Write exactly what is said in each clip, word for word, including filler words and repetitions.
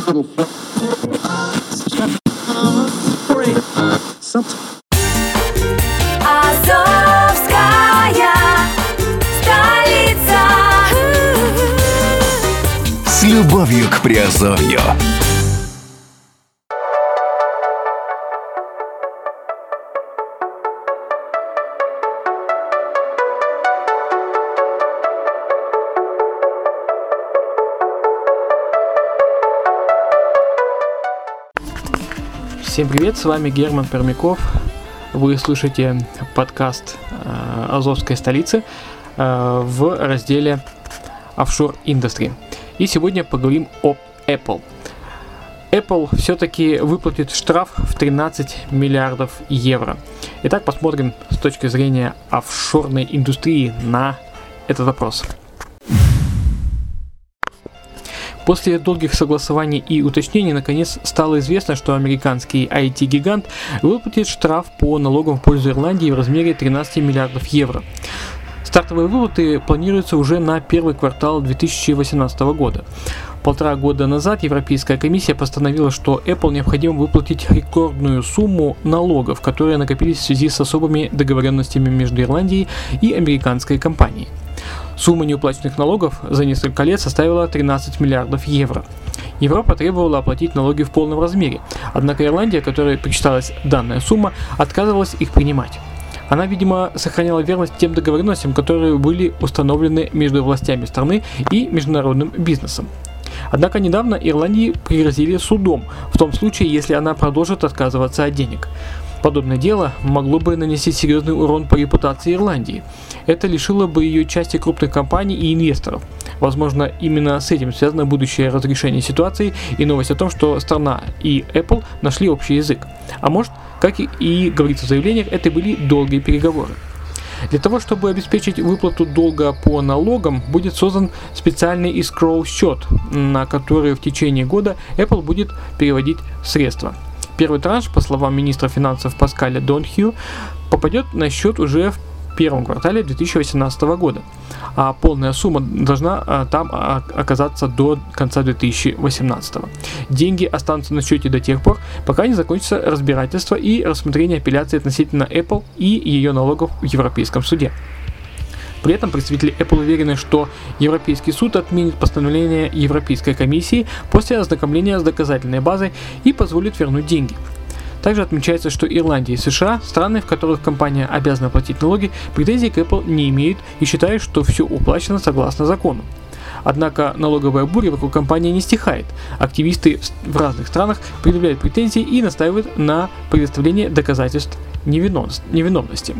столица. С любовью к Приазовью. Всем привет, с вами Герман Пермяков. Вы слушаете подкаст э, Азовской столицы э, в разделе Offshore Industry. И сегодня поговорим о Apple. Apple все-таки выплатит штраф в тринадцать миллиардов евро. Итак, посмотрим с точки зрения офшорной индустрии на этот вопрос. После долгих согласований и уточнений, наконец стало известно, что американский ай ти-гигант выплатит штраф по налогам в пользу Ирландии в размере тринадцать миллиардов евро. Стартовые выплаты планируются уже на первый квартал две тысячи восемнадцатого года. Полтора года назад Европейская комиссия постановила, что Apple необходимо выплатить рекордную сумму налогов, которые накопились в связи с особыми договоренностями между Ирландией и американской компанией. Сумма неуплаченных налогов за несколько лет составила тринадцать миллиардов евро. Европа требовала оплатить налоги в полном размере, однако Ирландия, которой причиталась данная сумма, отказывалась их принимать. Она, видимо, сохраняла верность тем договоренностям, которые были установлены между властями страны и международным бизнесом. Однако недавно Ирландии пригрозили судом, в том случае, если она продолжит отказываться от денег. Подобное дело могло бы нанести серьезный урон по репутации Ирландии. Это лишило бы ее части крупных компаний и инвесторов. Возможно, именно с этим связано будущее разрешение ситуации и новость о том, что страна и Apple нашли общий язык. А может, как и говорится в заявлениях, это были долгие переговоры. Для того, чтобы обеспечить выплату долга по налогам, будет создан специальный escrow счет, на который в течение года Apple будет переводить средства. Первый транш, по словам министра финансов Паскаля Донхью, попадет на счет уже в первом квартале две тысячи восемнадцатого года, а полная сумма должна а, там а, оказаться до конца две тысячи восемнадцатого. Деньги останутся на счете до тех пор, пока не закончится разбирательство и рассмотрение апелляции относительно Apple и ее налогов в Европейском суде. При этом представители Apple уверены, что Европейский суд отменит постановление Европейской комиссии после ознакомления с доказательной базой и позволит вернуть деньги. Также отмечается, что Ирландия и США, страны, в которых компания обязана платить налоги, претензий к Apple не имеют и считают, что все уплачено согласно закону. Однако налоговая буря вокруг компании не стихает. Активисты в разных странах предъявляют претензии и настаивают на предоставлении доказательств невиновности.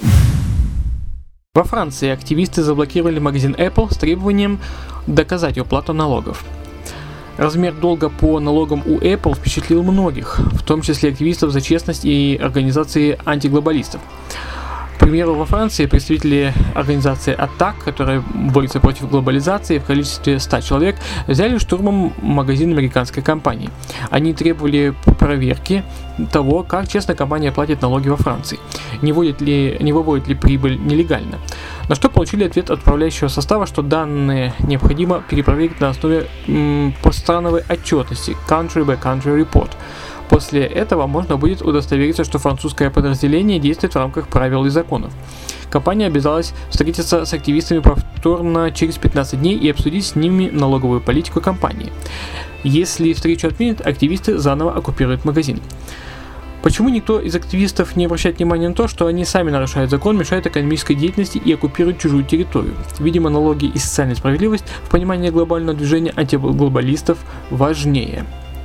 Во Франции активисты заблокировали магазин Apple с требованием доказать уплату налогов. Размер долга по налогам у Apple впечатлил многих, в том числе активистов за честность и организации антиглобалистов. К примеру, во Франции представители организации АТТАК, которая борется против глобализации, в количестве ста человек взяли штурмом магазин американской компании. Они требовали проверки того, как честно компания платит налоги во Франции, не вводит ли, не выводит ли прибыль нелегально. На что получили ответ от управляющего состава, что данные необходимо перепроверить на основе м, постстановой отчетности Country by Country Report. После этого можно будет удостовериться, что французское подразделение действует в рамках правил и законов. Компания обязалась встретиться с активистами повторно через пятнадцать дней и обсудить с ними налоговую политику компании. Если встречу отменят, активисты заново оккупируют магазин. Почему никто из активистов не обращает внимания на то, что они сами нарушают закон, мешают экономической деятельности и оккупируют чужую территорию? Видимо, налоги и социальная справедливость в понимании глобального движения антиглобалистов важнее.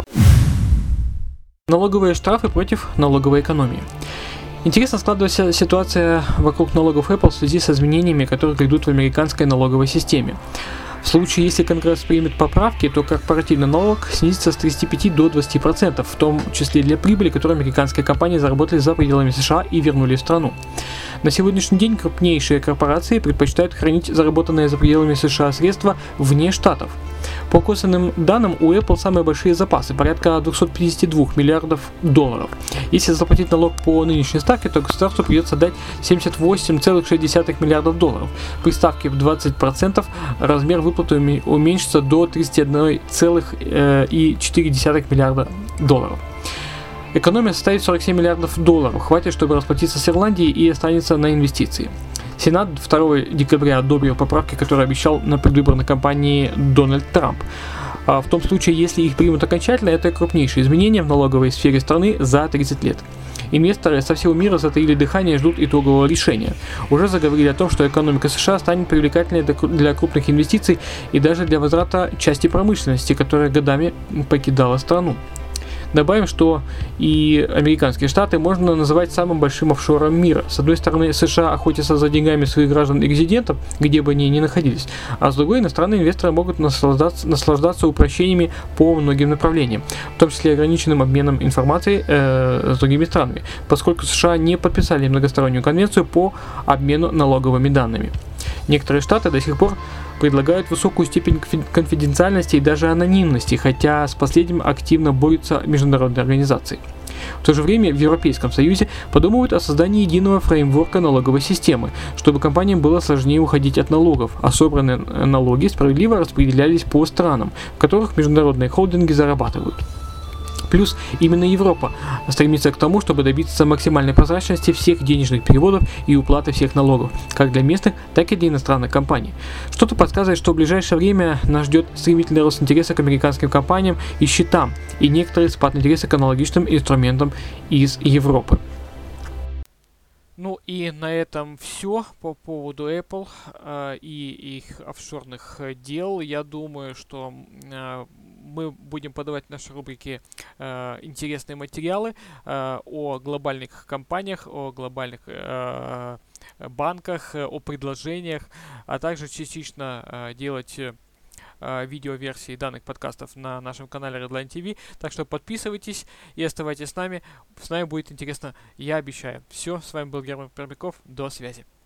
Налоговые штрафы против налоговой экономии. Интересно складывается ситуация вокруг налогов Apple в связи с изменениями, которые грядут в американской налоговой системе. В случае, если Конгресс примет поправки, то корпоративный налог снизится с тридцати пяти до двадцати процентов, в том числе для прибыли, которую американские компании заработали за пределами США и вернули в страну. На сегодняшний день крупнейшие корпорации предпочитают хранить заработанные за пределами США средства вне штатов. По косвенным данным, у Apple самые большие запасы, порядка двести пятьдесят два миллиардов долларов. Если заплатить налог по нынешней ставке, то государству придется дать семьдесят восемь целых шесть десятых миллиардов долларов. При ставке в двадцать процентов размер выплаты уменьшится до тридцать один целых четыре десятых миллиарда долларов. Экономия составит сорок семь миллиардов долларов, хватит, чтобы расплатиться с Ирландией, и останется на инвестиции. Сенат второго декабря одобрил поправки, которые обещал на предвыборной кампании Дональд Трамп. А в том случае, если их примут окончательно, это крупнейшие изменения в налоговой сфере страны за тридцать лет. Инвесторы со всего мира затаили дыхание и ждут итогового решения. Уже заговорили о том, что экономика США станет привлекательной для крупных инвестиций и даже для возврата части промышленности, которая годами покидала страну. Добавим, что и американские штаты можно называть самым большим офшором мира. С одной стороны, США охотятся за деньгами своих граждан и резидентов, где бы они ни находились, а с другой, иностранные инвесторы могут наслаждаться, наслаждаться упрощениями по многим направлениям, в том числе ограниченным обменом информацией э, с другими странами, поскольку США не подписали многостороннюю конвенцию по обмену налоговыми данными. Некоторые штаты до сих пор предлагают высокую степень конфиденциальности и даже анонимности, хотя с последним активно борются международные организации. В то же время в Европейском Союзе подумывают о создании единого фреймворка налоговой системы, чтобы компаниям было сложнее уходить от налогов, а собранные налоги справедливо распределялись по странам, в которых международные холдинги зарабатывают. Плюс именно Европа стремится к тому, чтобы добиться максимальной прозрачности всех денежных переводов и уплаты всех налогов, как для местных, так и для иностранных компаний. Что-то подсказывает, что в ближайшее время нас ждет стремительный рост интереса к американским компаниям и счетам, и некоторый спад интереса к аналогичным инструментам из Европы. Ну и на этом все по поводу Apple э, и их офшорных дел. Я думаю, что э, мы будем подавать в нашей рубрике э, интересные материалы э, о глобальных компаниях, о глобальных э, банках, о предложениях, а также частично э, делать э, видеоверсии данных подкастов на нашем канале Redline ти ви. Так что подписывайтесь и оставайтесь с нами. С нами будет интересно, я обещаю. Все, с вами был Герман Пермяков. До связи.